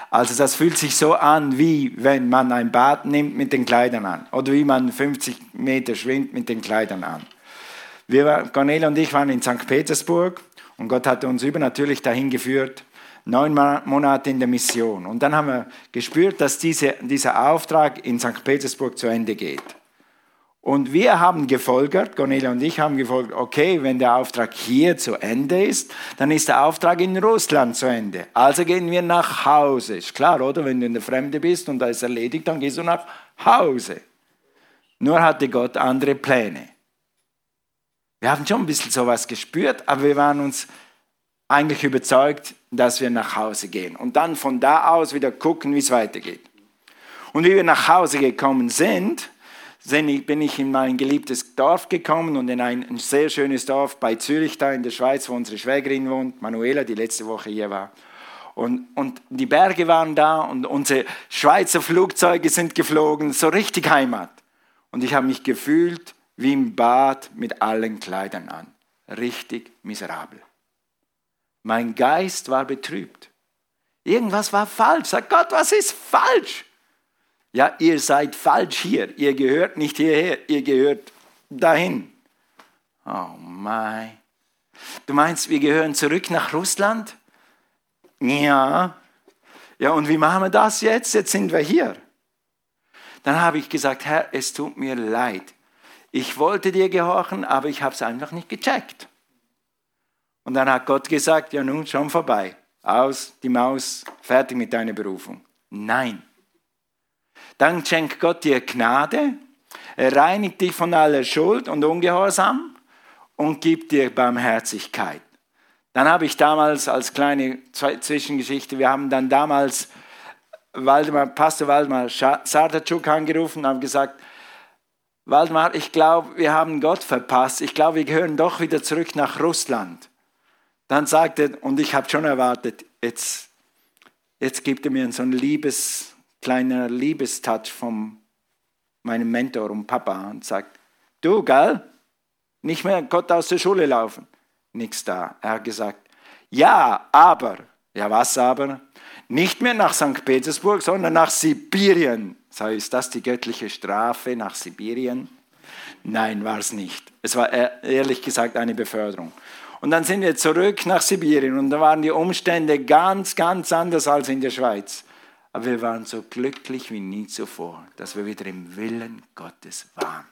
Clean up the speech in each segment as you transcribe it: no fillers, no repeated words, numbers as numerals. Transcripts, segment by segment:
Also das fühlt sich so an, wie wenn man ein Bad nimmt mit den Kleidern an. Oder wie man 50 Meter schwimmt mit den Kleidern an. Cornelia und ich waren in St. Petersburg und Gott hatte uns übernatürlich dahin geführt, 9 Monate in der Mission. Und dann haben wir gespürt, dass dieser Auftrag in St. Petersburg zu Ende geht. Und wir haben gefolgert, Cornelia und ich haben gefolgert, okay, wenn der Auftrag hier zu Ende ist, dann ist der Auftrag in Russland zu Ende. Also gehen wir nach Hause. Ist klar, oder? Wenn du in der Fremde bist und da ist erledigt, dann gehst du nach Hause. Nur hatte Gott andere Pläne. Wir haben schon ein bisschen sowas gespürt, aber wir waren uns eigentlich überzeugt, dass wir nach Hause gehen. Und dann von da aus wieder gucken, wie es weitergeht. Und wie wir nach Hause gekommen sind, bin ich in mein geliebtes Dorf gekommen und in ein sehr schönes Dorf bei Zürich, da in der Schweiz, wo unsere Schwägerin wohnt, Manuela, die letzte Woche hier war. Und die Berge waren da und unsere Schweizer Flugzeuge sind geflogen, so richtig Heimat. Und ich habe mich gefühlt wie im Bad mit allen Kleidern an. Richtig miserabel. Mein Geist war betrübt. Irgendwas war falsch. Sag Gott, was ist falsch? Ja, ihr seid falsch hier. Ihr gehört nicht hierher, ihr gehört dahin. Oh mein. Du meinst, wir gehören zurück nach Russland? Ja. Ja, und wie machen wir das jetzt? Jetzt sind wir hier. Dann habe ich gesagt, Herr, es tut mir leid. Ich wollte dir gehorchen, aber ich habe es einfach nicht gecheckt. Und dann hat Gott gesagt, ja nun, schon vorbei. Aus, die Maus, fertig mit deiner Berufung. Nein. Dann schenkt Gott dir Gnade, er reinigt dich von aller Schuld und Ungehorsam und gibt dir Barmherzigkeit. Dann habe ich damals als kleine Zwischengeschichte, wir haben dann damals Pastor Waldemar Sardatschuk angerufen und haben gesagt, Waldemar, ich glaube, wir haben Gott verpasst. Ich glaube, wir gehören doch wieder zurück nach Russland. Dann sagt er, und ich habe schon erwartet, jetzt gibt er mir so ein kleiner Liebestouch von meinem Mentor und Papa und sagt, du, gell, nicht mehr Gott aus der Schule laufen. Nichts da. Er hat gesagt, ja, aber, ja was aber? Nicht mehr nach St. Petersburg, sondern nach Sibirien. So, ist das die göttliche Strafe nach Sibirien? Nein, war es nicht. Es war ehrlich gesagt eine Beförderung. Und dann sind wir zurück nach Sibirien und da waren die Umstände ganz, ganz anders als in der Schweiz. Aber wir waren so glücklich wie nie zuvor, dass wir wieder im Willen Gottes waren.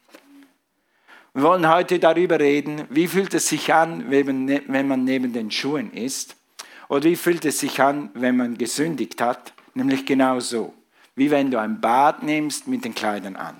Wir wollen heute darüber reden, wie fühlt es sich an, wenn man neben den Schuhen ist? Oder wie fühlt es sich an, wenn man gesündigt hat? Nämlich genau so, wie wenn du ein Bad nimmst mit den Kleidern an.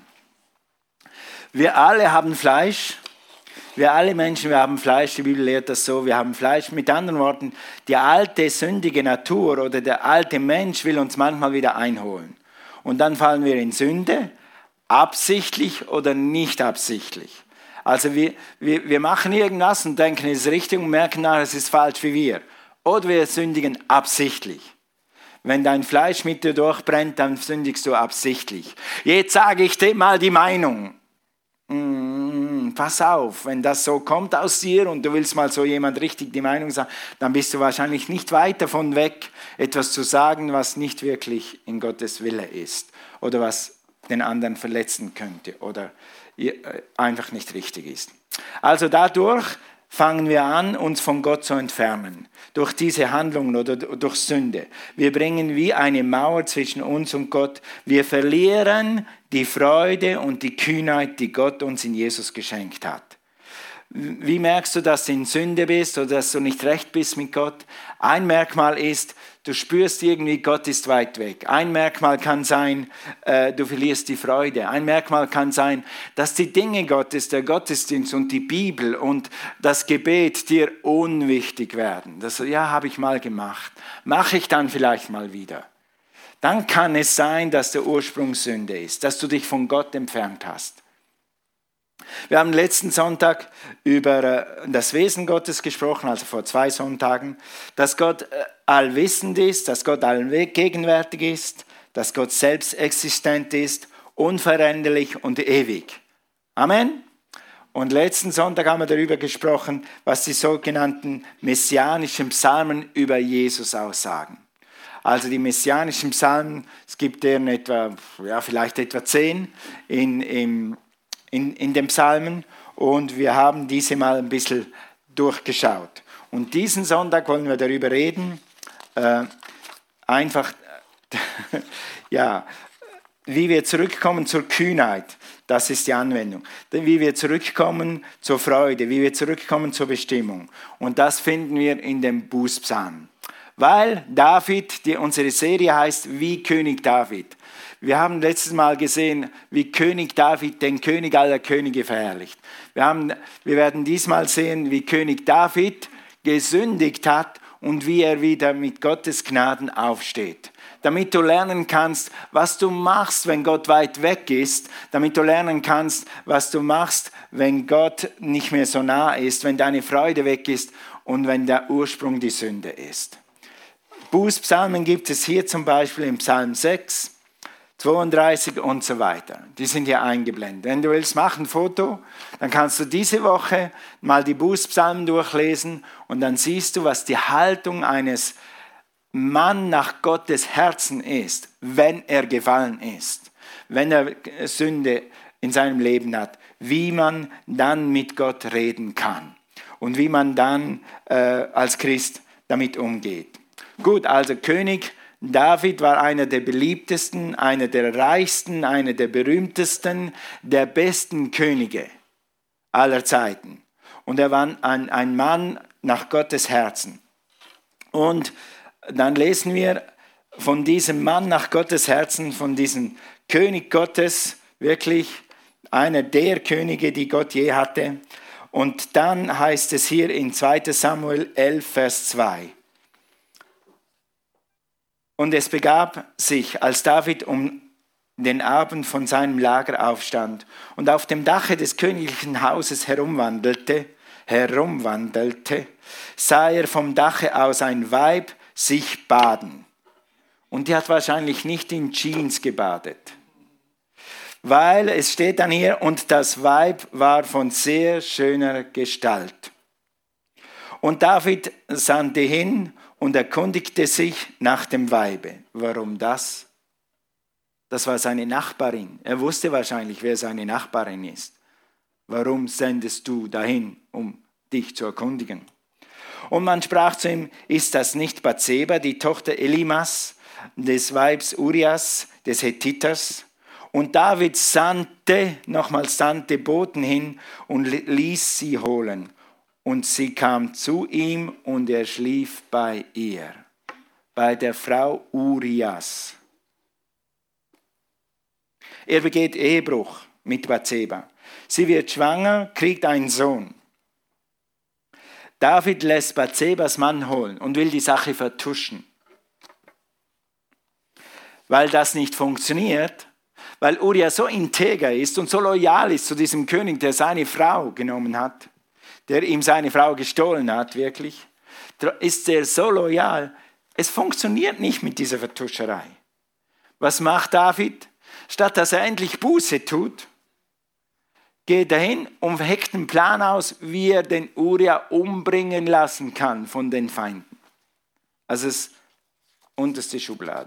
Wir alle haben Fleisch. Wir alle Menschen, wir haben Fleisch, die Bibel lehrt das so, wir haben Fleisch. Mit anderen Worten, die alte sündige Natur oder der alte Mensch will uns manchmal wieder einholen. Und dann fallen wir in Sünde, absichtlich oder nicht absichtlich. Also wir machen irgendwas und denken, es ist richtig und merken nachher, es ist falsch wie wir. Oder wir sündigen absichtlich. Wenn dein Fleisch mit dir durchbrennt, dann sündigst du absichtlich. Jetzt sage ich dir mal die Meinung. Pass auf, wenn das so kommt aus dir und du willst mal so jemand richtig die Meinung sagen, dann bist du wahrscheinlich nicht weit davon weg, etwas zu sagen, was nicht wirklich in Gottes Wille ist oder was den anderen verletzen könnte oder einfach nicht richtig ist. Also dadurch fangen wir an, uns von Gott zu entfernen, durch diese Handlungen oder durch Sünde. Wir bringen wie eine Mauer zwischen uns und Gott. Wir verlieren die Freude und die Kühnheit, die Gott uns in Jesus geschenkt hat. Wie merkst du, dass du in Sünde bist oder dass du nicht recht bist mit Gott? Ein Merkmal ist, du spürst irgendwie, Gott ist weit weg. Ein Merkmal kann sein, du verlierst die Freude. Ein Merkmal kann sein, dass die Dinge Gottes, der Gottesdienst und die Bibel und das Gebet dir unwichtig werden. Das, ja, habe ich mal gemacht. Mache ich dann vielleicht mal wieder. Dann kann es sein, dass der Ursprung Sünde ist, dass du dich von Gott entfernt hast. Wir haben letzten Sonntag über das Wesen Gottes gesprochen, also vor 2 Sonntagen, dass Gott allwissend ist, dass Gott allgegenwärtig ist, dass Gott selbst existent ist, unveränderlich und ewig. Amen. Und letzten Sonntag haben wir darüber gesprochen, was die sogenannten messianischen Psalmen über Jesus aussagen. Also die messianischen Psalmen, es gibt deren etwa, ja, vielleicht etwa 10 in den Psalmen. Und wir haben diese mal ein bisschen durchgeschaut. Und diesen Sonntag wollen wir darüber reden, einfach, ja, wie wir zurückkommen zur Kühnheit. Das ist die Anwendung. Wie wir zurückkommen zur Freude, wie wir zurückkommen zur Bestimmung. Und das finden wir in dem Bußpsalm. Weil David, unsere Serie heißt Wie König David. Wir haben letztes Mal gesehen, wie König David den König aller Könige verherrlicht. Wir werden diesmal sehen, wie König David gesündigt hat und wie er wieder mit Gottes Gnaden aufsteht. Damit du lernen kannst, was du machst, wenn Gott weit weg ist. Damit du lernen kannst, was du machst, wenn Gott nicht mehr so nah ist, wenn deine Freude weg ist und wenn der Ursprung die Sünde ist. Bußpsalmen gibt es hier zum Beispiel im Psalm 6, 32 und so weiter. Die sind hier eingeblendet. Wenn du willst, mach ein Foto, dann kannst du diese Woche mal die Bußpsalmen durchlesen und dann siehst du, was die Haltung eines Mann nach Gottes Herzen ist, wenn er gefallen ist, wenn er Sünde in seinem Leben hat, wie man dann mit Gott reden kann und wie man dann als Christ damit umgeht. Gut, also König David war einer der beliebtesten, einer der reichsten, einer der berühmtesten, der besten Könige aller Zeiten. Und er war ein Mann nach Gottes Herzen. Und dann lesen wir von diesem Mann nach Gottes Herzen, von diesem König Gottes, wirklich einer der Könige, die Gott je hatte. Und dann heißt es hier in 2. Samuel 11, Vers 2. Und es begab sich, als David um den Abend von seinem Lager aufstand und auf dem Dache des königlichen Hauses herumwandelte, sah er vom Dache aus ein Weib sich baden. Und die hat wahrscheinlich nicht in Jeans gebadet. Weil es steht dann hier, und das Weib war von sehr schöner Gestalt. Und David sandte hin und erkundigte sich nach dem Weibe. Warum das? Das war seine Nachbarin. Er wusste wahrscheinlich, wer seine Nachbarin ist. Warum sendest du dahin, um dich zu erkundigen? Und man sprach zu ihm, ist das nicht Bathseba, die Tochter Elimas, des Weibs Urias, des Hethiters? Und David sandte Boten hin und ließ sie holen. Und sie kam zu ihm und er schlief bei ihr, bei der Frau Urias. Er begeht Ehebruch mit Bathseba. Sie wird schwanger, kriegt einen Sohn. David lässt Bathsebas Mann holen und will die Sache vertuschen. Weil das nicht funktioniert, weil Uriah so integer ist und so loyal ist zu diesem König, der seine Frau genommen hat, der ihm seine Frau gestohlen hat, wirklich, ist er so loyal. Es funktioniert nicht mit dieser Vertuscherei. Was macht David? Statt dass er endlich Buße tut, geht er hin und heckt einen Plan aus, wie er den Uriah umbringen lassen kann von den Feinden. Also das unterste Schublade.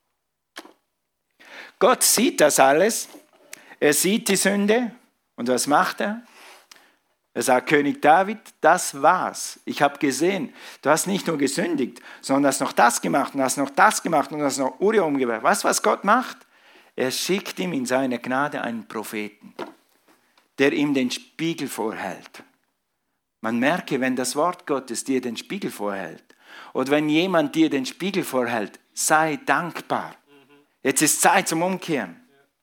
Gott sieht das alles. Er sieht die Sünde. Und was macht er? Er sagt, König David, das war's. Ich habe gesehen, du hast nicht nur gesündigt, sondern hast noch das gemacht und hast noch das gemacht und hast noch Uriah umgebracht. Weißt du, was Gott macht? Er schickt ihm in seiner Gnade einen Propheten, der ihm den Spiegel vorhält. Man merke, wenn das Wort Gottes dir den Spiegel vorhält oder wenn jemand dir den Spiegel vorhält, sei dankbar. Jetzt ist Zeit zum Umkehren.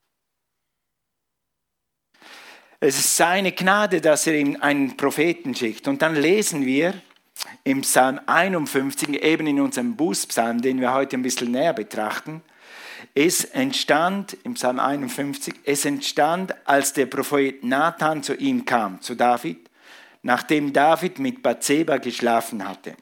Es ist seine Gnade, dass er ihm einen Propheten schickt. Und dann lesen wir im Psalm 51, eben in unserem Bußpsalm, den wir heute ein bisschen näher betrachten, es entstand, im Psalm 51, es entstand, als der Prophet Nathan zu ihm kam, zu David, nachdem David mit Bathseba geschlafen hatte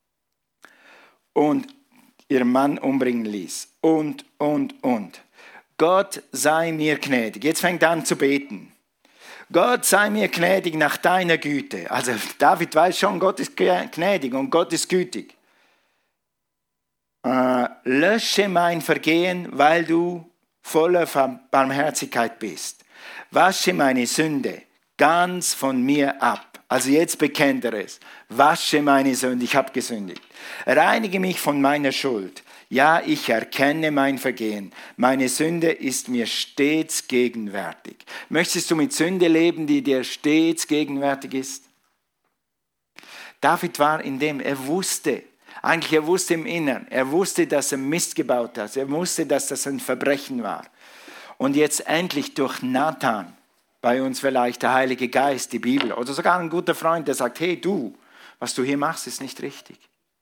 und ihren Mann umbringen ließ. Und. Gott sei mir gnädig. Jetzt fängt er an zu beten. Gott sei mir gnädig nach deiner Güte. Also David weiß schon, Gott ist gnädig und Gott ist gütig. lösche mein Vergehen, weil du voller Barmherzigkeit bist. Wasche meine Sünde ganz von mir ab. Also jetzt bekennt er es. Wasche meine Sünde, ich habe gesündigt. Reinige mich von meiner Schuld. Ja, ich erkenne mein Vergehen. Meine Sünde ist mir stets gegenwärtig. Möchtest du mit Sünde leben, die dir stets gegenwärtig ist? David war in dem, er wusste im Inneren, er wusste, dass er Mist gebaut hat. Er wusste, dass das ein Verbrechen war. Und jetzt endlich durch Nathan, bei uns vielleicht der Heilige Geist, die Bibel oder sogar ein guter Freund, der sagt, hey du, was du hier machst, ist nicht richtig.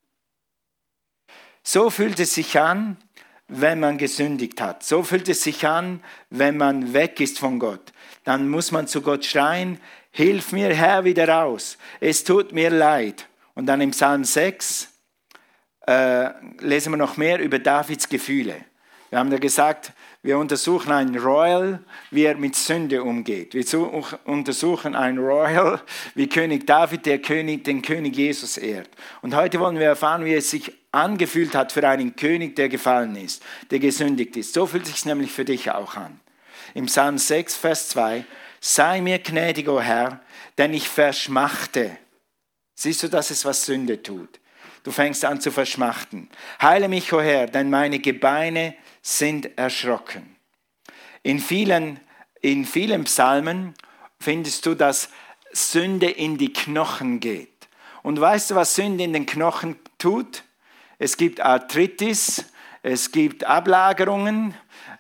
So fühlt es sich an, wenn man gesündigt hat. So fühlt es sich an, wenn man weg ist von Gott. Dann muss man zu Gott schreien, hilf mir Herr wieder raus, es tut mir leid. Und dann im Psalm 6 lesen wir noch mehr über Davids Gefühle. Wir haben ja gesagt, wir untersuchen einen Royal, wie er mit Sünde umgeht. Wir untersuchen einen Royal, wie König David, den König Jesus ehrt. Und heute wollen wir erfahren, wie es sich angefühlt hat für einen König, der gefallen ist, der gesündigt ist. So fühlt es sich nämlich für dich auch an. Im Psalm 6, Vers 2, sei mir gnädig, o Herr, denn ich verschmachte. Siehst du, dass es was Sünde tut? Du fängst an zu verschmachten. Heile mich, o Herr, denn meine Gebeine sind erschrocken. In vielen Psalmen findest du, dass Sünde in die Knochen geht. Und weißt du, was Sünde in den Knochen tut? Es gibt Arthritis, es gibt Ablagerungen,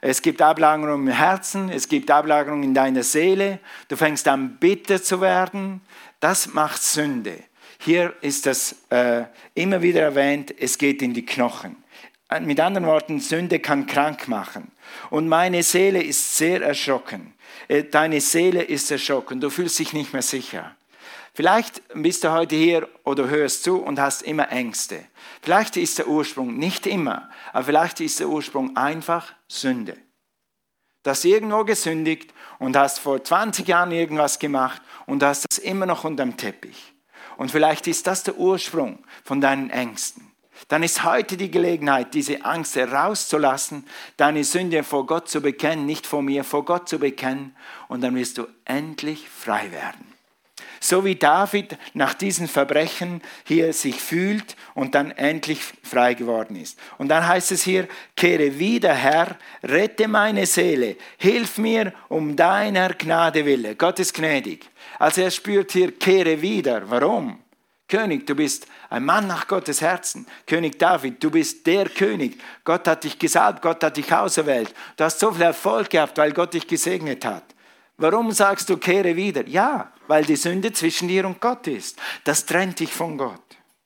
im Herzen, es gibt Ablagerungen in deiner Seele. Du fängst an, bitter zu werden. Das macht Sünde. Hier ist das immer wieder erwähnt, es geht in die Knochen. Mit anderen Worten, Sünde kann krank machen. Und meine Seele ist sehr erschrocken. Deine Seele ist erschrocken, du fühlst dich nicht mehr sicher. Vielleicht bist du heute hier oder hörst zu und hast immer Ängste. Vielleicht ist der Ursprung, nicht immer, aber vielleicht ist der Ursprung einfach Sünde. Du hast irgendwo gesündigt und hast vor 20 Jahren irgendwas gemacht und du hast das immer noch unterm Teppich. Und vielleicht ist das der Ursprung von deinen Ängsten. Dann ist heute die Gelegenheit, diese Angst herauszulassen, deine Sünde vor Gott zu bekennen, nicht vor mir, vor Gott zu bekennen. Und dann wirst du endlich frei werden. So wie David nach diesen Verbrechen hier sich fühlt und dann endlich frei geworden ist. Und dann heißt es hier, kehre wieder, Herr, rette meine Seele, hilf mir um deiner Gnade willen. Gott ist gnädig. Also er spürt hier, kehre wieder. Warum? König, du bist ein Mann nach Gottes Herzen. König David, du bist der König. Gott hat dich gesalbt, Gott hat dich auserwählt. Du hast so viel Erfolg gehabt, weil Gott dich gesegnet hat. Warum sagst du, kehre wieder? Ja, weil die Sünde zwischen dir und Gott ist. Das trennt dich von Gott.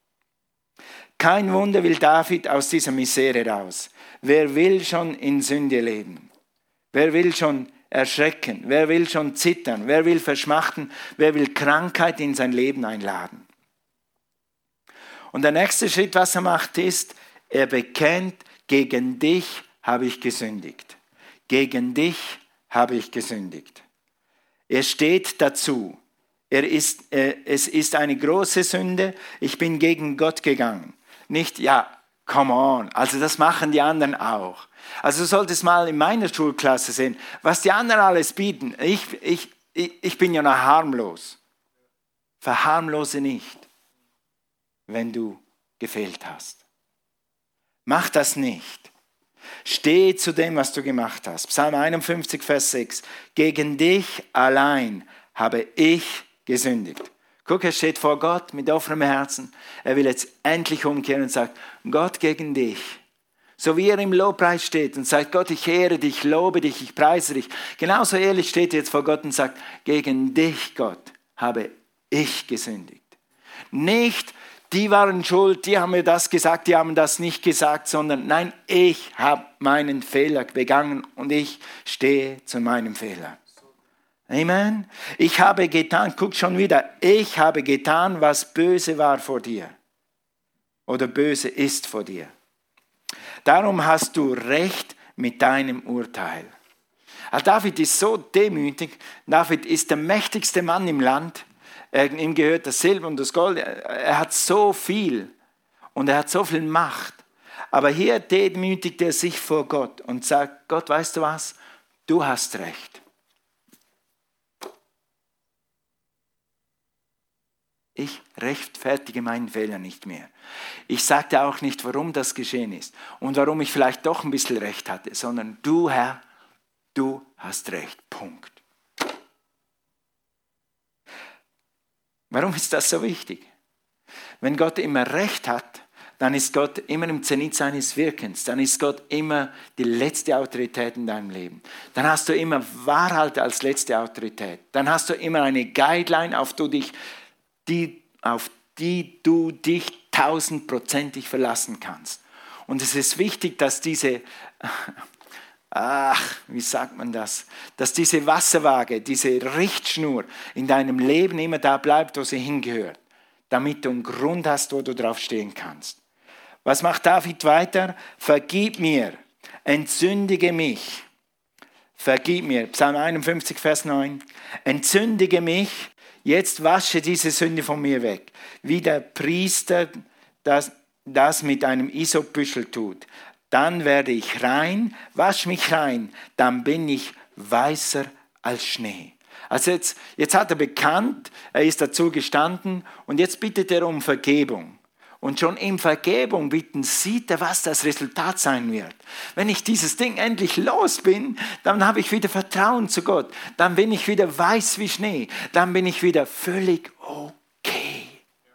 Kein Wunder will David aus dieser Misere raus. Wer will schon in Sünde leben? Wer will schon erschrecken? Wer will schon zittern? Wer will verschmachten? Wer will Krankheit in sein Leben einladen? Und der nächste Schritt, was er macht, ist, er bekennt, gegen dich habe ich gesündigt. Gegen dich habe ich gesündigt. Er steht dazu. Es ist eine große Sünde. Ich bin gegen Gott gegangen. Nicht, ja, come on. Also das machen die anderen auch. Also du solltest mal in meiner Schulklasse sehen, was die anderen alles bieten. Ich bin ja noch harmlos. Verharmlose nicht, wenn du gefehlt hast. Mach das nicht. Steh zu dem, was du gemacht hast. Psalm 51, Vers 6. Gegen dich allein habe ich gesündigt. Guck, er steht vor Gott mit offenem Herzen. Er will jetzt endlich umkehren und sagt, Gott, gegen dich. So wie er im Lobpreis steht und sagt, Gott, ich ehre dich, lobe dich, ich preise dich. Genauso ehrlich steht er jetzt vor Gott und sagt, gegen dich, Gott, habe ich gesündigt. Nicht, die waren schuld, die haben mir das gesagt, die haben das nicht gesagt, sondern nein, ich habe meinen Fehler begangen und ich stehe zu meinem Fehler. Amen. Ich habe getan, guck schon wieder, ich habe getan, was böse war vor dir oder böse ist vor dir. Darum hast du Recht mit deinem Urteil. David ist so demütig, David ist der mächtigste Mann im Land. Ihm gehört das Silber und das Gold. Er hat so viel und er hat so viel Macht. Aber hier demütigt er sich vor Gott und sagt, Gott, weißt du was? Du hast recht. Ich rechtfertige meinen Fehler nicht mehr. Ich sagte auch nicht, warum das geschehen ist und warum ich vielleicht doch ein bisschen recht hatte, sondern du, Herr, du hast recht. Punkt. Warum ist das so wichtig? Wenn Gott immer recht hat, dann ist Gott immer im Zenit seines Wirkens. Dann ist Gott immer die letzte Autorität in deinem Leben. Dann hast du immer Wahrheit als letzte Autorität. Dann hast du immer eine Guideline, auf die du dich 1000%ig verlassen kannst. Und es ist wichtig, dass diese, wie sagt man das? Dass diese Wasserwaage, diese Richtschnur in deinem Leben immer da bleibt, wo sie hingehört. Damit du einen Grund hast, wo du drauf stehen kannst. Was macht David weiter? Vergib mir, entzündige mich. Vergib mir, Psalm 51, Vers 9. Entzündige mich, jetzt wasche diese Sünde von mir weg. Wie der Priester das mit einem Isopbüschel tut. Dann werde ich rein, wasch mich rein, dann bin ich weißer als Schnee. Also jetzt hat er bekannt, er ist dazu gestanden und jetzt bittet er um Vergebung. Und schon in Vergebung bitten sieht er, was das Resultat sein wird. Wenn ich dieses Ding endlich los bin, dann habe ich wieder Vertrauen zu Gott. Dann bin ich wieder weiß wie Schnee. Dann bin ich wieder völlig okay.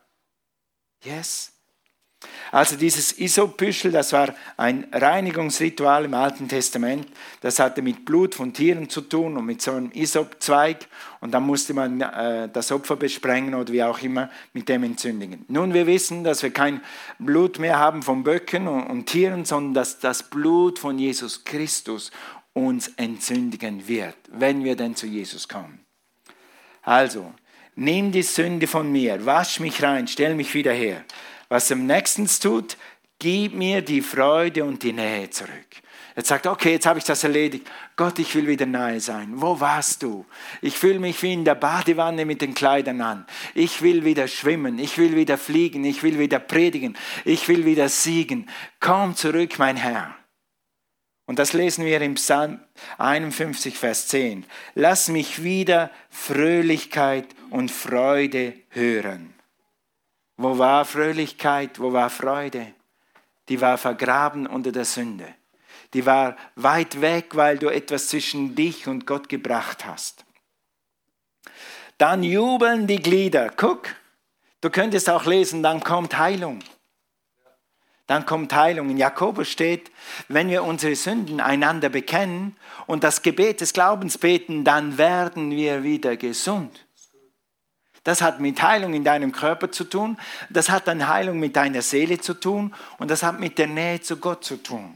Yes? Also dieses Isopbüschel, das war ein Reinigungsritual im Alten Testament. Das hatte mit Blut von Tieren zu tun und mit so einem Isopzweig. Und dann musste man das Opfer besprengen oder wie auch immer mit dem entzündigen. Nun, wir wissen, dass wir kein Blut mehr haben von Böcken und Tieren, sondern dass das Blut von Jesus Christus uns entzündigen wird, wenn wir denn zu Jesus kommen. Also, nimm die Sünde von mir, wasch mich rein, stell mich wieder her. Was am nächsten tut, gib mir die Freude und die Nähe zurück. Jetzt sagt, okay, jetzt habe ich das erledigt. Gott, ich will wieder nahe sein. Wo warst du? Ich fühle mich wie in der Badewanne mit den Kleidern an. Ich will wieder schwimmen. Ich will wieder fliegen. Ich will wieder predigen. Ich will wieder siegen. Komm zurück, mein Herr. Und das lesen wir im Psalm 51, Vers 10. Lass mich wieder Fröhlichkeit und Freude hören. Wo war Fröhlichkeit, wo war Freude? Die war vergraben unter der Sünde. Die war weit weg, weil du etwas zwischen dich und Gott gebracht hast. Dann jubeln die Glieder. Guck, du könntest auch lesen, dann kommt Heilung. Dann kommt Heilung. In Jakobus steht, wenn wir unsere Sünden einander bekennen und das Gebet des Glaubens beten, dann werden wir wieder gesund. Das hat mit Heilung in deinem Körper zu tun, das hat dann Heilung mit deiner Seele zu tun und das hat mit der Nähe zu Gott zu tun.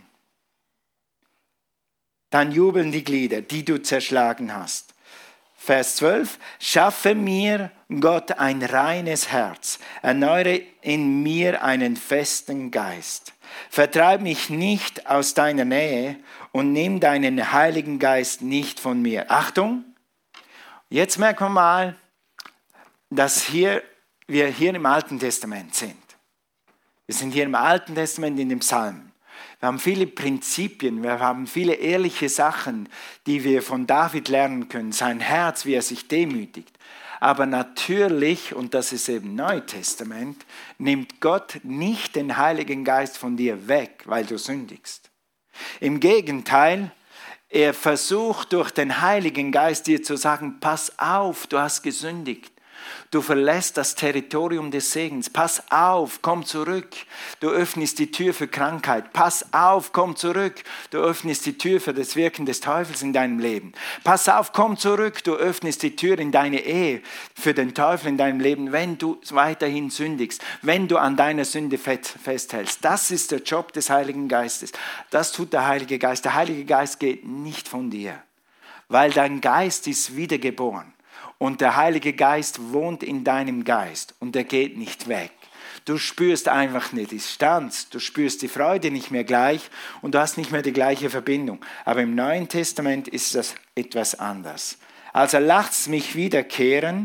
Dann jubeln die Glieder, die du zerschlagen hast. Vers 12, schaffe mir, Gott, ein reines Herz, erneuere in mir einen festen Geist. Vertreib mich nicht aus deiner Nähe und nimm deinen Heiligen Geist nicht von mir. Achtung, jetzt merken wir mal, dass wir hier im Alten Testament sind. Wir sind hier im Alten Testament in den Psalmen. Wir haben viele Prinzipien, wir haben viele ehrliche Sachen, die wir von David lernen können. Sein Herz, wie er sich demütigt. Aber natürlich, und das ist eben Neutestament, nimmt Gott nicht den Heiligen Geist von dir weg, weil du sündigst. Im Gegenteil, er versucht durch den Heiligen Geist dir zu sagen, pass auf, du hast gesündigt. Du verlässt das Territorium des Segens. Pass auf, komm zurück. Du öffnest die Tür für Krankheit. Pass auf, komm zurück. Du öffnest die Tür für das Wirken des Teufels in deinem Leben. Pass auf, komm zurück. Du öffnest die Tür in deine Ehe für den Teufel in deinem Leben, wenn du weiterhin sündigst, wenn du an deiner Sünde festhältst. Das ist der Job des Heiligen Geistes. Das tut der Heilige Geist. Der Heilige Geist geht nicht von dir, weil dein Geist ist wiedergeboren. Und der Heilige Geist wohnt in deinem Geist und er geht nicht weg. Du spürst einfach eine Distanz, du spürst die Freude nicht mehr gleich und du hast nicht mehr die gleiche Verbindung. Aber im Neuen Testament ist das etwas anders. Also lass mir wiederkehren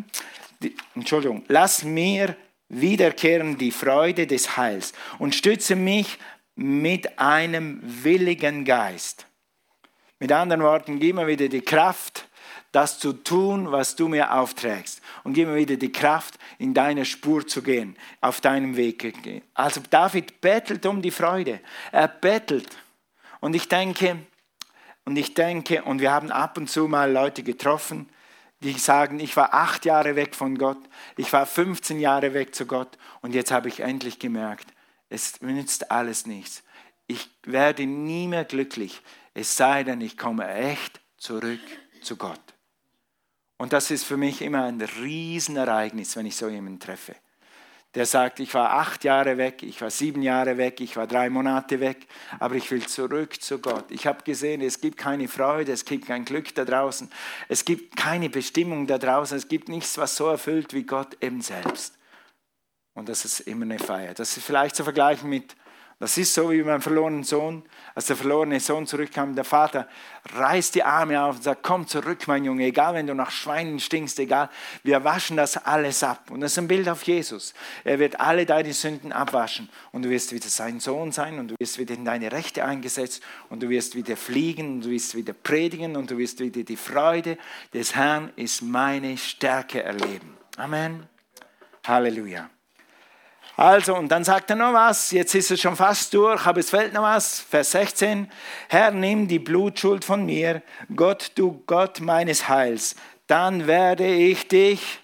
die Freude des Heils und stütze mich mit einem willigen Geist. Mit anderen Worten, gib mir wieder die Kraft, das zu tun, was du mir aufträgst. Und gib mir wieder die Kraft, in deine Spur zu gehen, auf deinem Weg zu gehen. Also David bettelt um die Freude. Er bettelt. Und ich denke, und wir haben ab und zu mal Leute getroffen, die sagen, ich war 8 Jahre weg von Gott, ich war 15 Jahre weg zu Gott und jetzt habe ich endlich gemerkt, es nützt alles nichts. Ich werde nie mehr glücklich, es sei denn, ich komme echt zurück zu Gott. Und das ist für mich immer ein Riesenereignis, wenn ich so jemanden treffe. Der sagt, ich war 8 Jahre weg, ich war 7 Jahre weg, ich war 3 Monate weg, aber ich will zurück zu Gott. Ich habe gesehen, es gibt keine Freude, es gibt kein Glück da draußen, es gibt keine Bestimmung da draußen, es gibt nichts, was so erfüllt wie Gott eben selbst. Und das ist immer eine Feier. Das ist vielleicht zu vergleichen mit, das ist so wie beim verlorenen Sohn. Als der verlorene Sohn zurückkam, der Vater reißt die Arme auf und sagt, komm zurück, mein Junge, egal wenn du nach Schweinen stinkst, egal, wir waschen das alles ab. Und das ist ein Bild auf Jesus. Er wird alle deine Sünden abwaschen und du wirst wieder sein Sohn sein und du wirst wieder in deine Rechte eingesetzt und du wirst wieder fliegen und du wirst wieder predigen und du wirst wieder die Freude des Herrn ist meine Stärke erleben. Amen. Halleluja. Also, und dann sagt er noch was, jetzt ist es schon fast durch, aber es fehlt noch was. Vers 16, Herr, nimm die Blutschuld von mir, Gott, du Gott meines Heils, dann werde ich dich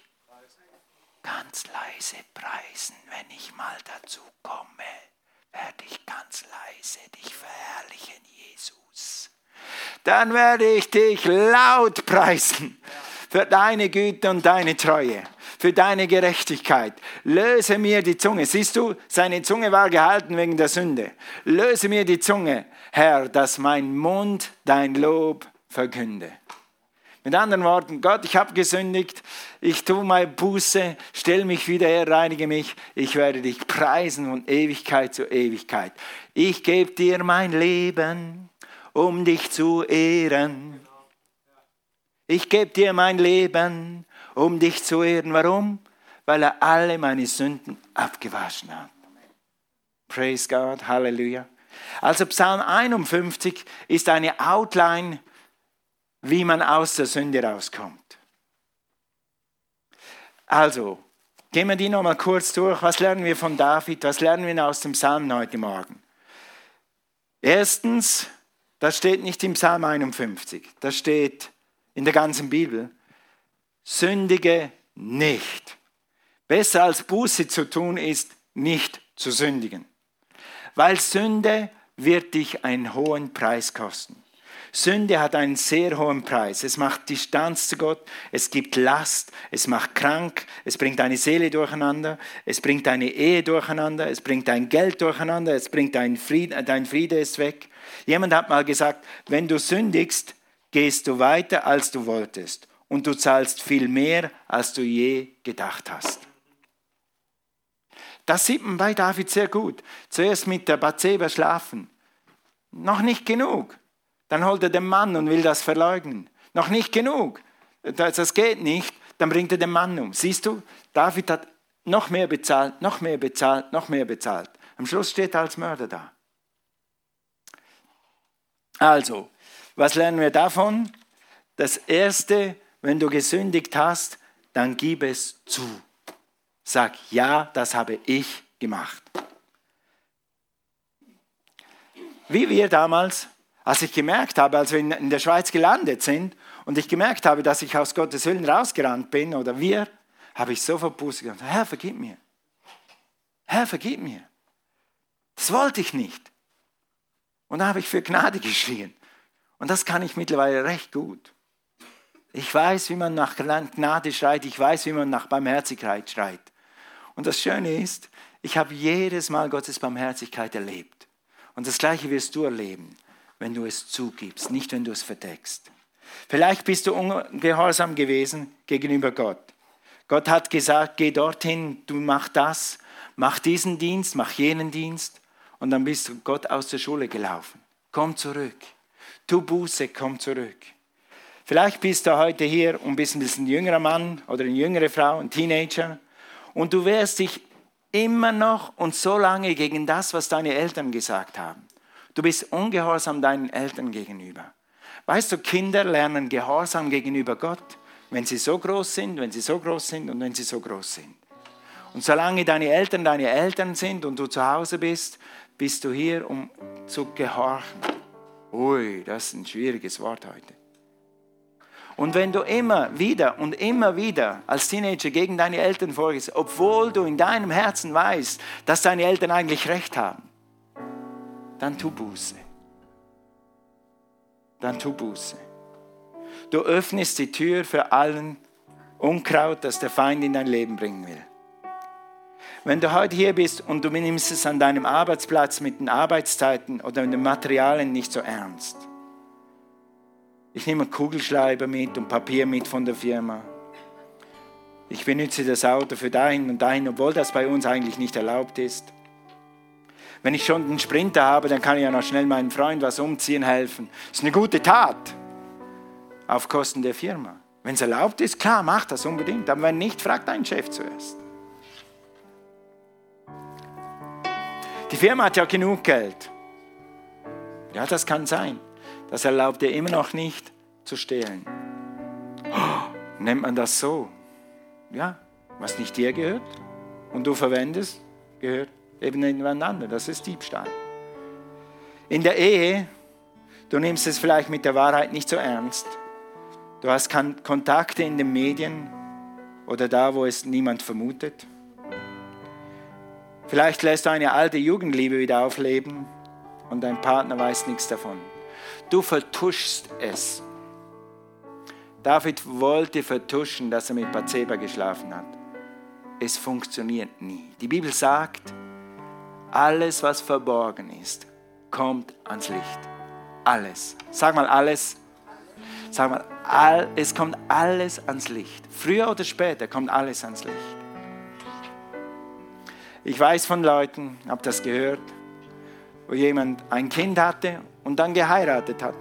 ganz leise preisen, wenn ich mal dazu komme, werde ich ganz leise dich verherrlichen, Jesus. Dann werde ich dich laut preisen für deine Güte und deine Treue. Für deine Gerechtigkeit. Löse mir die Zunge. Siehst du, seine Zunge war gehalten wegen der Sünde. Löse mir die Zunge, Herr, dass mein Mund dein Lob verkünde. Mit anderen Worten, Gott, ich habe gesündigt, ich tue meine Buße, stell mich wieder her, reinige mich, ich werde dich preisen von Ewigkeit zu Ewigkeit. Ich gebe dir mein Leben, um dich zu ehren. Ich gebe dir mein Leben, um dich zu ehren. Warum? Weil er alle meine Sünden abgewaschen hat. Praise God, Halleluja. Also Psalm 51 ist eine Outline, wie man aus der Sünde rauskommt. Also, gehen wir die nochmal kurz durch. Was lernen wir von David? Was lernen wir aus dem Psalm heute Morgen? Erstens, das steht nicht im Psalm 51, das steht in der ganzen Bibel. Sündige nicht. Besser als Buße zu tun ist, nicht zu sündigen. Weil Sünde wird dich einen hohen Preis kosten. Sünde hat einen sehr hohen Preis. Es macht Distanz zu Gott, es gibt Last, es macht krank, es bringt deine Seele durcheinander, es bringt deine Ehe durcheinander, es bringt dein Geld durcheinander, es bringt dein Friede ist weg. Jemand hat mal gesagt, wenn du sündigst, gehst du weiter, als du wolltest. Und du zahlst viel mehr, als du je gedacht hast. Das sieht man bei David sehr gut. Zuerst mit der Bathseba schlafen. Noch nicht genug. Dann holt er den Mann und will das verleugnen. Noch nicht genug. Das geht nicht. Dann bringt er den Mann um. Siehst du, David hat noch mehr bezahlt, noch mehr bezahlt, noch mehr bezahlt. Am Schluss steht er als Mörder da. Also, was lernen wir davon? Das Erste, wenn du gesündigt hast, dann gib es zu. Sag, ja, das habe ich gemacht. Wie wir damals, als ich gemerkt habe, als wir in der Schweiz gelandet sind und ich gemerkt habe, dass ich aus Gottes Willen rausgerannt bin, oder wir, habe ich sofort Buße gesagt, Herr, vergib mir. Herr, vergib mir. Das wollte ich nicht. Und da habe ich für Gnade geschrien. Und das kann ich mittlerweile recht gut. Ich weiß, wie man nach Gnade schreit. Ich weiß, wie man nach Barmherzigkeit schreit. Und das Schöne ist, ich habe jedes Mal Gottes Barmherzigkeit erlebt. Und das Gleiche wirst du erleben, wenn du es zugibst, nicht wenn du es verdeckst. Vielleicht bist du ungehorsam gewesen gegenüber Gott. Gott hat gesagt, geh dorthin, du mach das, mach diesen Dienst, mach jenen Dienst. Und dann bist du Gott aus der Schule gelaufen. Komm zurück. Tu Buße, komm zurück. Vielleicht bist du heute hier und bist ein bisschen jüngerer Mann oder eine jüngere Frau, ein Teenager. Und du wirst dich immer noch und so lange gegen das, was deine Eltern gesagt haben. Du bist ungehorsam deinen Eltern gegenüber. Weißt du, Kinder lernen Gehorsam gegenüber Gott, wenn sie so groß sind, wenn sie so groß sind und wenn sie so groß sind. Und solange deine Eltern sind und du zu Hause bist, bist du hier, um zu gehorchen. Ui, das ist ein schwieriges Wort heute. Und wenn du immer wieder als Teenager gegen deine Eltern vorgehst, obwohl du in deinem Herzen weißt, dass deine Eltern eigentlich recht haben, dann tu Buße. Dann tu Buße. Du öffnest die Tür für allen Unkraut, das der Feind in dein Leben bringen will. Wenn du heute hier bist und du nimmst es an deinem Arbeitsplatz mit den Arbeitszeiten oder mit den Materialien nicht so ernst. Ich nehme Kugelschreiber mit und Papier mit von der Firma. Ich benutze das Auto für dahin und dahin, obwohl das bei uns eigentlich nicht erlaubt ist. Wenn ich schon einen Sprinter habe, dann kann ich ja noch schnell meinem Freund was umziehen helfen. Das ist eine gute Tat. Auf Kosten der Firma. Wenn es erlaubt ist, klar, mach das unbedingt. Aber wenn nicht, frag deinen Chef zuerst. Die Firma hat ja genug Geld. Ja, das kann sein. Das erlaubt dir immer noch nicht zu stehlen. Oh, nennt man das so? Ja, was nicht dir gehört und du verwendest, gehört eben jemand anderem. Das ist Diebstahl. In der Ehe, du nimmst es vielleicht mit der Wahrheit nicht so ernst. Du hast Kontakte in den Medien oder da, wo es niemand vermutet. Vielleicht lässt du eine alte Jugendliebe wieder aufleben und dein Partner weiß nichts davon. Du vertuschst es. David wollte vertuschen, dass er mit Bathseba geschlafen hat. Es funktioniert nie. Die Bibel sagt, alles, was verborgen ist, kommt ans Licht. Alles. Sag mal alles. Sag mal, es kommt alles ans Licht. Früher oder später kommt alles ans Licht. Ich weiß von Leuten, habe das gehört, wo jemand ein Kind hatte und dann geheiratet hat.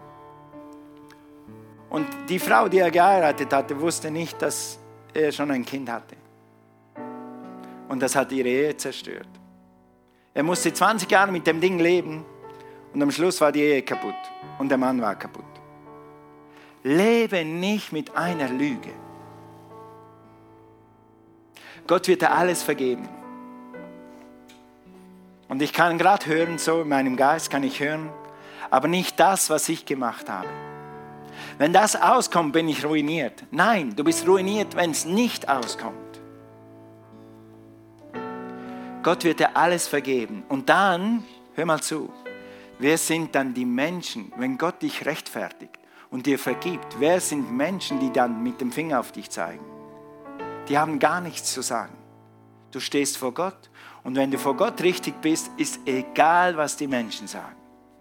Und die Frau, die er geheiratet hatte, wusste nicht, dass er schon ein Kind hatte. Und das hat ihre Ehe zerstört. Er musste 20 Jahre mit dem Ding leben und am Schluss war die Ehe kaputt und der Mann war kaputt. Lebe nicht mit einer Lüge. Gott wird dir alles vergeben. Und ich kann gerade hören, so in meinem Geist kann ich hören, aber nicht das, was ich gemacht habe. Wenn das auskommt, bin ich ruiniert. Nein, du bist ruiniert, wenn es nicht auskommt. Gott wird dir alles vergeben. Und dann, hör mal zu, wer sind dann die Menschen, wenn Gott dich rechtfertigt und dir vergibt? Wer sind Menschen, die dann mit dem Finger auf dich zeigen? Die haben gar nichts zu sagen. Du stehst vor Gott und wenn du vor Gott richtig bist, ist egal, was die Menschen sagen.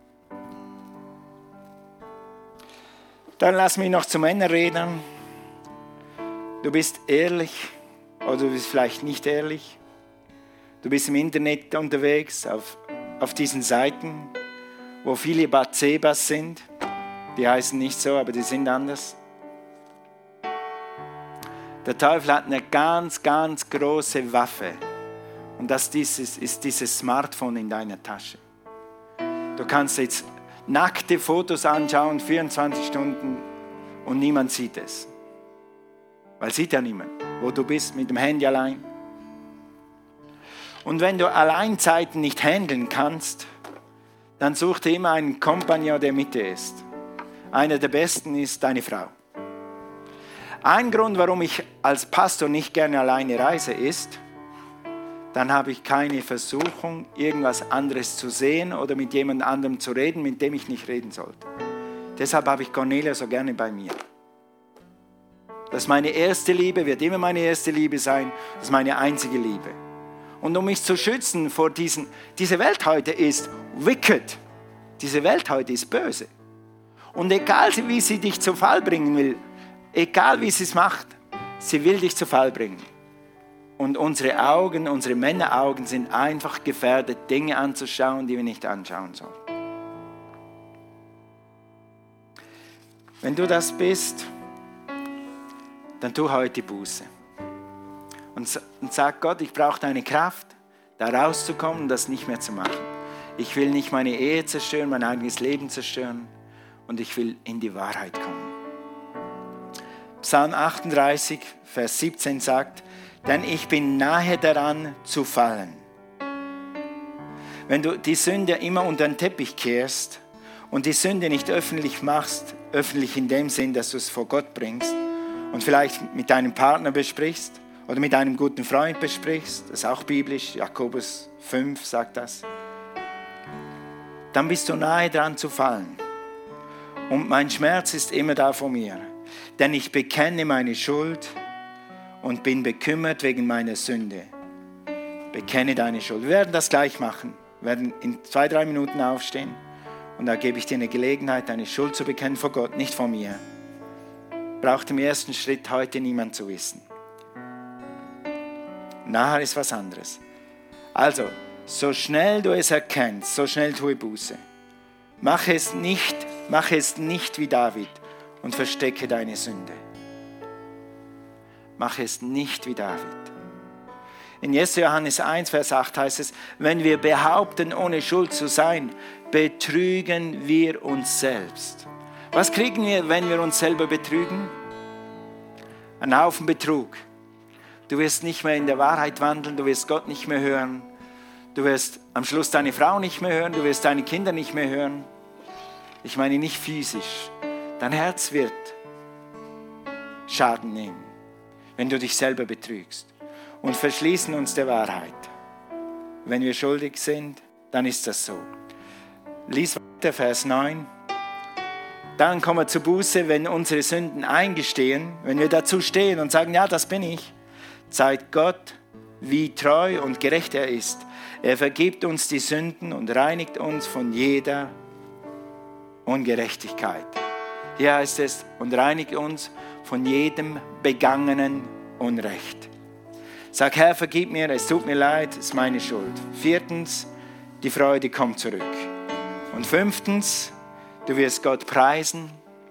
Dann lass mich noch zum Ende reden. Du bist ehrlich oder du bist vielleicht nicht ehrlich. Du bist im Internet unterwegs, auf diesen Seiten, wo viele Bathsebas sind. Die heißen nicht so, aber die sind anders. Der Teufel hat eine ganz, ganz große Waffe. Und ist dieses Smartphone in deiner Tasche. Du kannst jetzt nackte Fotos anschauen, 24 Stunden und niemand sieht es. Weil sieht ja niemand, wo du bist, mit dem Handy allein. Und wenn du Alleinzeiten nicht handeln kannst, dann such dir immer einen Kompagnon, der mit dir ist. Einer der besten ist deine Frau. Ein Grund, warum ich als Pastor nicht gerne alleine reise, ist, dann habe ich keine Versuchung, irgendwas anderes zu sehen oder mit jemand anderem zu reden, mit dem ich nicht reden sollte. Deshalb habe ich Cornelia so gerne bei mir. Das ist meine erste Liebe, wird immer meine erste Liebe sein, das ist meine einzige Liebe. Und um mich zu schützen vor diese Welt heute ist wicked, diese Welt heute ist böse. Und egal wie sie dich zu Fall bringen will, egal wie sie es macht, sie will dich zu Fall bringen. Und unsere Augen, unsere Männeraugen sind einfach gefährdet, Dinge anzuschauen, die wir nicht anschauen sollen. Wenn du das bist, dann tu heute Buße. Und und sag Gott, ich brauche deine Kraft, da rauszukommen und das nicht mehr zu machen. Ich will nicht meine Ehe zerstören, mein eigenes Leben zerstören und ich will in die Wahrheit kommen. Psalm 38, Vers 17 sagt, denn ich bin nahe daran zu fallen. Wenn du die Sünde immer unter den Teppich kehrst und die Sünde nicht öffentlich machst, öffentlich in dem Sinn, dass du es vor Gott bringst und vielleicht mit deinem Partner besprichst oder mit einem guten Freund besprichst, das ist auch biblisch, Jakobus 5 sagt das, dann bist du nahe dran zu fallen. Und mein Schmerz ist immer da vor mir, denn ich bekenne meine Schuld und bin bekümmert wegen meiner Sünde. Bekenne deine Schuld. Wir werden das gleich machen. Wir werden in 2-3 Minuten aufstehen und da gebe ich dir eine Gelegenheit, deine Schuld zu bekennen vor Gott, nicht vor mir. Braucht im ersten Schritt heute niemand zu wissen. Nachher ist was anderes. Also, so schnell du es erkennst, so schnell tue Buße. Mach es nicht wie David und verstecke deine Sünde. Mach es nicht wie David. In 1. Johannes 1, Vers 8 heißt es, wenn wir behaupten, ohne Schuld zu sein, betrügen wir uns selbst. Was kriegen wir, wenn wir uns selber betrügen? Ein Haufen Betrug. Du wirst nicht mehr in der Wahrheit wandeln, du wirst Gott nicht mehr hören, du wirst am Schluss deine Frau nicht mehr hören, du wirst deine Kinder nicht mehr hören. Ich meine nicht physisch. Dein Herz wird Schaden nehmen, wenn du dich selber betrügst. Und verschließen uns der Wahrheit. Wenn wir schuldig sind, dann ist das so. Lies weiter, Vers 9. Dann kommen wir zur Buße, wenn unsere Sünden eingestehen, wenn wir dazu stehen und sagen, ja, das bin ich, zeigt Gott, wie treu und gerecht er ist. Er vergibt uns die Sünden und reinigt uns von jeder Ungerechtigkeit. Hier heißt es, und reinigt uns von jedem begangenen Unrecht. Sag, Herr, vergib mir, es tut mir leid, es ist meine Schuld. 4. Die Freude kommt zurück. Und 5. du wirst Gott preisen,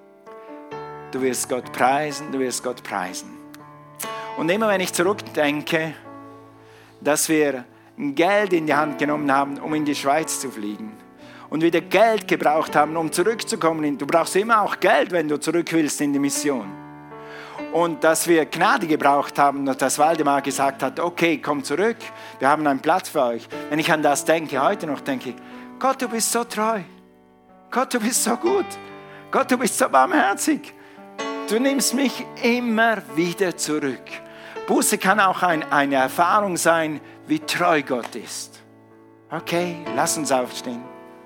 du wirst Gott preisen, du wirst Gott preisen. Und immer wenn ich zurückdenke, dass wir Geld in die Hand genommen haben, um in die Schweiz zu fliegen und wieder Geld gebraucht haben, um zurückzukommen. Du brauchst immer auch Geld, wenn du zurück willst in die Mission. Und dass wir Gnade gebraucht haben und dass Waldemar gesagt hat, okay, komm zurück, wir haben einen Platz für euch. Wenn ich an das denke, heute noch denke ich, Gott, du bist so treu. Gott, du bist so gut. Gott, du bist so barmherzig. Du nimmst mich immer wieder zurück. Buße kann auch eine Erfahrung sein, wie treu Gott ist. Okay, lass uns aufstehen.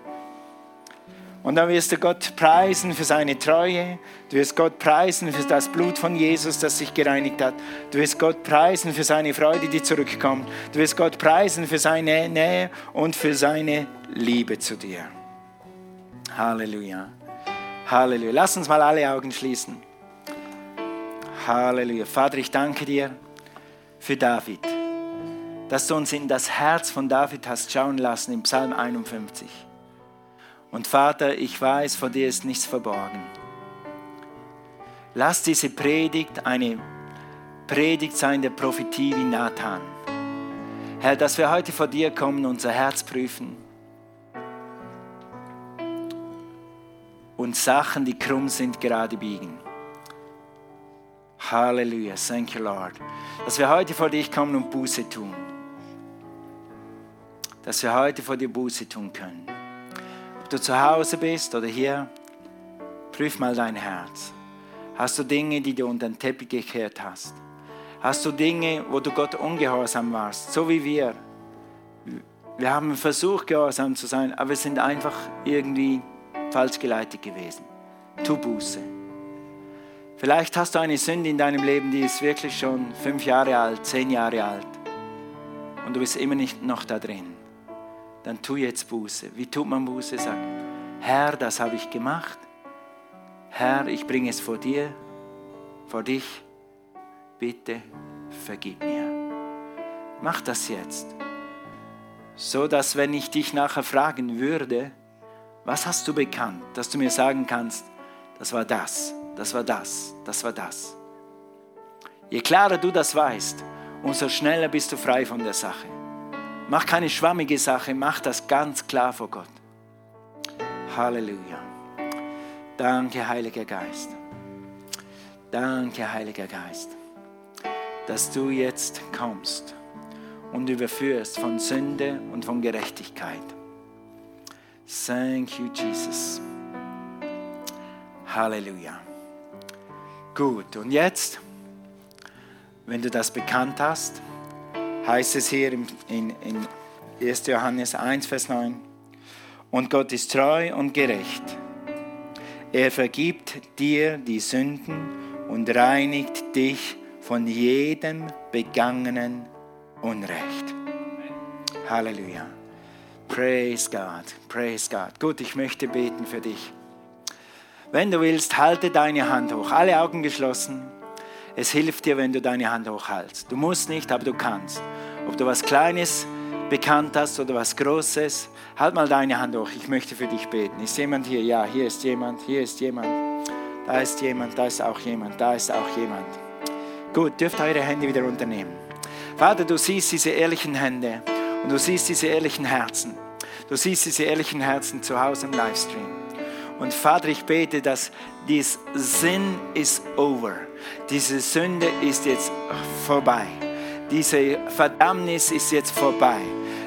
Und dann wirst du Gott preisen für seine Treue. Du wirst Gott preisen für das Blut von Jesus, das sich gereinigt hat. Du wirst Gott preisen für seine Freude, die zurückkommt. Du wirst Gott preisen für seine Nähe und für seine Liebe zu dir. Halleluja. Halleluja. Lass uns mal alle Augen schließen. Halleluja. Vater, ich danke dir für David, dass du uns in das Herz von David hast schauen lassen im Psalm 51. Und Vater, ich weiß, vor dir ist nichts verborgen. Lass diese Predigt eine Predigt sein der Prophetie wie Nathan. Herr, dass wir heute vor dir kommen, unser Herz prüfen und Sachen, die krumm sind, gerade biegen. Halleluja, thank you, Lord. Dass wir heute vor dich kommen und Buße tun. Dass wir heute vor dir Buße tun können. Ob du zu Hause bist oder hier, prüf mal dein Herz. Hast du Dinge, die du unter den Teppich gekehrt hast? Hast du Dinge, wo du Gott ungehorsam warst, so wie wir? Wir haben versucht, gehorsam zu sein, aber wir sind einfach irgendwie falsch geleitet gewesen. Tu Buße. Vielleicht hast du eine Sünde in deinem Leben, die ist wirklich schon 5 Jahre alt, 10 Jahre alt und du bist immer nicht noch da drin. Dann tu jetzt Buße. Wie tut man Buße? Sag, Herr, das habe ich gemacht. Herr, ich bringe es vor dir, vor dich. Bitte vergib mir. Mach das jetzt. So dass, wenn ich dich nachher fragen würde, was hast du bekannt, dass du mir sagen kannst, das war das, das war das, das war das. Je klarer du das weißt umso schneller bist du frei von der Sache. Mach keine schwammige Sache, mach das ganz klar vor Gott. Halleluja. Danke, Heiliger Geist. Danke, Heiliger Geist, dass du jetzt kommst und überführst von Sünde und von Gerechtigkeit. Thank you, Jesus. Halleluja. Gut, und jetzt, wenn du das bekannt hast, heißt es hier in 1. Johannes 1, Vers 9, und Gott ist treu und gerecht. Er vergibt dir die Sünden und reinigt dich von jedem begangenen Unrecht. Halleluja. Praise God, praise God. Gut, ich möchte beten für dich. Wenn du willst, halte deine Hand hoch. Alle Augen geschlossen. Es hilft dir, wenn du deine Hand hochhältst. Du musst nicht, aber du kannst. Ob du was Kleines bekannt hast oder was Großes, halt mal deine Hand hoch. Ich möchte für dich beten. Ist jemand hier? Ja, hier ist jemand, hier ist jemand. Da ist jemand, da ist auch jemand, da ist auch jemand. Gut, dürft eure Hände wieder runternehmen. Vater, du siehst diese ehrlichen Hände und du siehst diese ehrlichen Herzen. Du siehst diese ehrlichen Herzen zu Hause im Livestream. Und Vater, ich bete, dass dies Sin is over. Diese Sünde ist jetzt vorbei. Diese Verdammnis ist jetzt vorbei.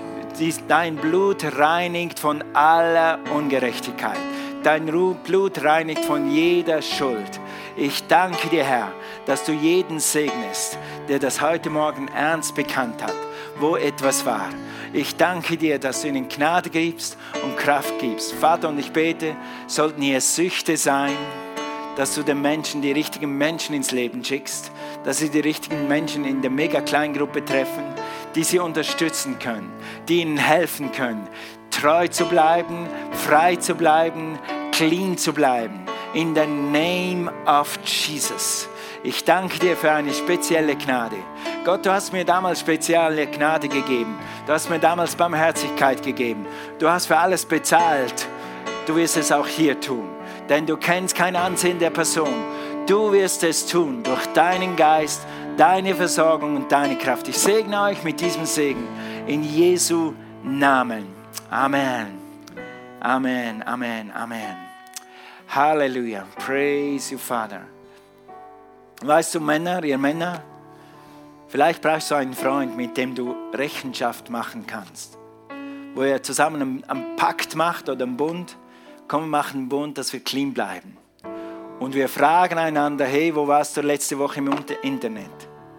Dein Blut reinigt von aller Ungerechtigkeit. Dein Blut reinigt von jeder Schuld. Ich danke dir, Herr, dass du jeden segnest, der das heute Morgen ernst bekannt hat, wo etwas war. Ich danke dir, dass du ihnen Gnade gibst und Kraft gibst. Vater, und ich bete, sollten hier Süchte sein, dass du den Menschen, die richtigen Menschen ins Leben schickst, dass sie die richtigen Menschen in der Mega-Kleingruppe treffen, die sie unterstützen können, die ihnen helfen können, treu zu bleiben, frei zu bleiben, clean zu bleiben. In the name of Jesus. Ich danke dir für eine spezielle Gnade. Gott, du hast mir damals spezielle Gnade gegeben. Du hast mir damals Barmherzigkeit gegeben. Du hast für alles bezahlt. Du wirst es auch hier tun. Denn du kennst kein Ansehen der Person. Du wirst es tun durch deinen Geist, deine Versorgung und deine Kraft. Ich segne euch mit diesem Segen in Jesu Namen. Amen. Amen, Amen, Amen. Halleluja. Praise you, Father. Weißt du, Männer, ihr Männer, vielleicht brauchst du einen Freund, mit dem du Rechenschaft machen kannst. Wo ihr zusammen einen Pakt macht oder einen Bund. Komm, wir machen einen Bund, dass wir clean bleiben. Und wir fragen einander, hey, wo warst du letzte Woche im Internet?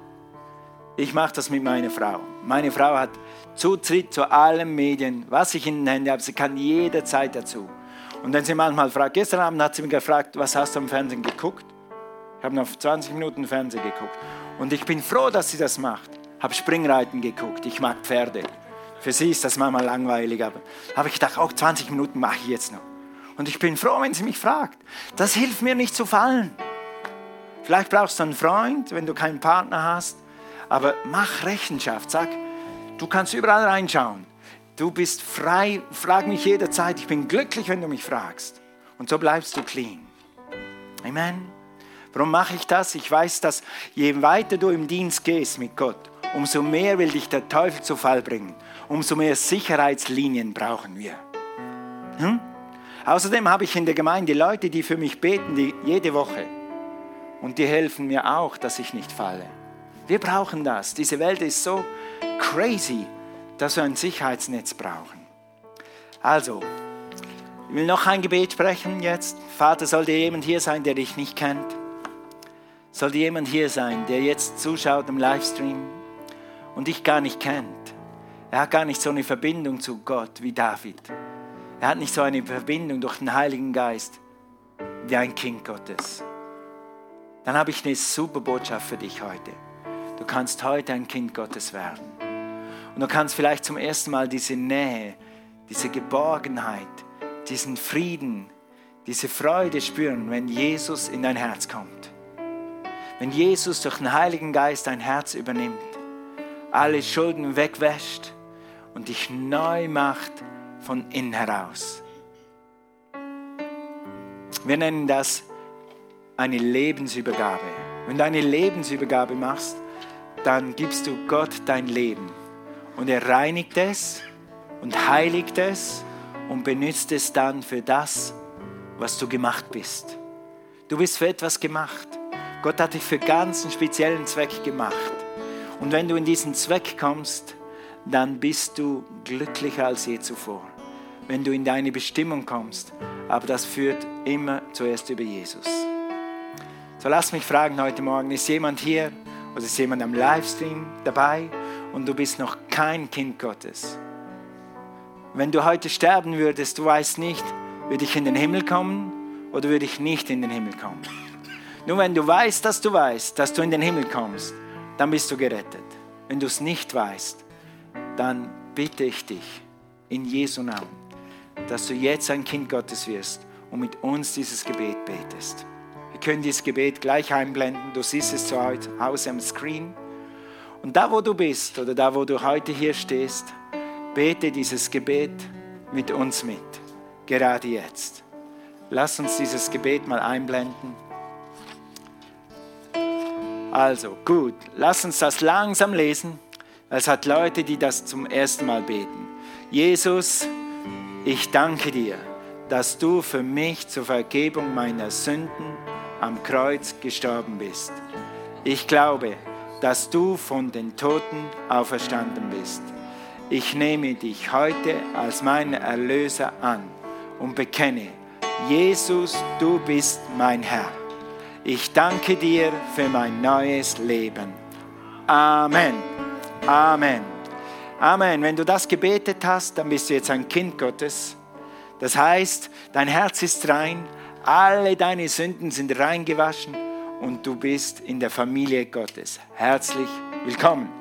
Ich mache das mit meiner Frau. Meine Frau hat Zutritt zu allen Medien, was ich in den Händen habe. Sie kann jederzeit dazu. Und wenn sie manchmal fragt, gestern Abend hat sie mich gefragt, was hast du am Fernsehen geguckt? Ich habe noch 20 Minuten Fernsehen geguckt. Und ich bin froh, dass sie das macht. Ich habe Springreiten geguckt, ich mag Pferde. Für sie ist das manchmal langweilig, aber habe ich gedacht, auch 20 Minuten mache ich jetzt noch. Und ich bin froh, wenn sie mich fragt. Das hilft mir nicht zu fallen. Vielleicht brauchst du einen Freund, wenn du keinen Partner hast. Aber mach Rechenschaft. Sag, du kannst überall reinschauen. Du bist frei, frag mich jederzeit. Ich bin glücklich, wenn du mich fragst. Und so bleibst du clean. Amen. Warum mache ich das? Ich weiß, dass je weiter du im Dienst gehst mit Gott, umso mehr will dich der Teufel zu Fall bringen. Umso mehr Sicherheitslinien brauchen wir. Außerdem habe ich in der Gemeinde Leute, die für mich beten, jede Woche. Und die helfen mir auch, dass ich nicht falle. Wir brauchen das. Diese Welt ist so crazy, dass wir ein Sicherheitsnetz brauchen. Also, ich will noch ein Gebet sprechen jetzt. Vater, sollte jemand hier sein, der dich nicht kennt? Sollte jemand hier sein, der jetzt zuschaut im Livestream und dich gar nicht kennt? Er hat gar nicht so eine Verbindung zu Gott wie David. Er hat nicht so eine Verbindung durch den Heiligen Geist wie ein Kind Gottes. Dann habe ich eine super Botschaft für dich heute. Du kannst heute ein Kind Gottes werden. Und du kannst vielleicht zum ersten Mal diese Nähe, diese Geborgenheit, diesen Frieden, diese Freude spüren, wenn Jesus in dein Herz kommt. Wenn Jesus durch den Heiligen Geist dein Herz übernimmt, alle Schulden wegwäscht und dich neu macht von innen heraus. Wir nennen das eine Lebensübergabe. Wenn du eine Lebensübergabe machst, dann gibst du Gott dein Leben. Und er reinigt es und heiligt es und benutzt es dann für das, was du gemacht bist. Du bist für etwas gemacht. Gott hat dich für ganz einen speziellen Zweck gemacht. Und wenn du in diesen Zweck kommst, dann bist du glücklicher als je zuvor. Wenn du in deine Bestimmung kommst. Aber das führt immer zuerst über Jesus. So, lass mich fragen heute Morgen, ist jemand hier oder ist jemand am Livestream dabei und du bist noch kein Kind Gottes? Wenn du heute sterben würdest, du weißt nicht, würde ich in den Himmel kommen oder würde ich nicht in den Himmel kommen? Nur wenn du weißt, dass du in den Himmel kommst, dann bist du gerettet. Wenn du es nicht weißt, dann bitte ich dich in Jesu Namen, dass du jetzt ein Kind Gottes wirst und mit uns dieses Gebet betest. Wir können dieses Gebet gleich einblenden, du siehst es zu Hause am Screen. Und da, wo du bist oder da, wo du heute hier stehst, bete dieses Gebet mit uns mit, gerade jetzt. Lass uns dieses Gebet mal einblenden. Also, gut, lass uns das langsam lesen. Es hat Leute, die das zum ersten Mal beten. Jesus, ich danke dir, dass du für mich zur Vergebung meiner Sünden am Kreuz gestorben bist. Ich glaube, dass du von den Toten auferstanden bist. Ich nehme dich heute als meinen Erlöser an und bekenne, Jesus, du bist mein Herr. Ich danke dir für mein neues Leben. Amen. Amen. Amen. Wenn du das gebetet hast, dann bist du jetzt ein Kind Gottes. Das heißt, dein Herz ist rein, alle deine Sünden sind reingewaschen und du bist in der Familie Gottes. Herzlich willkommen.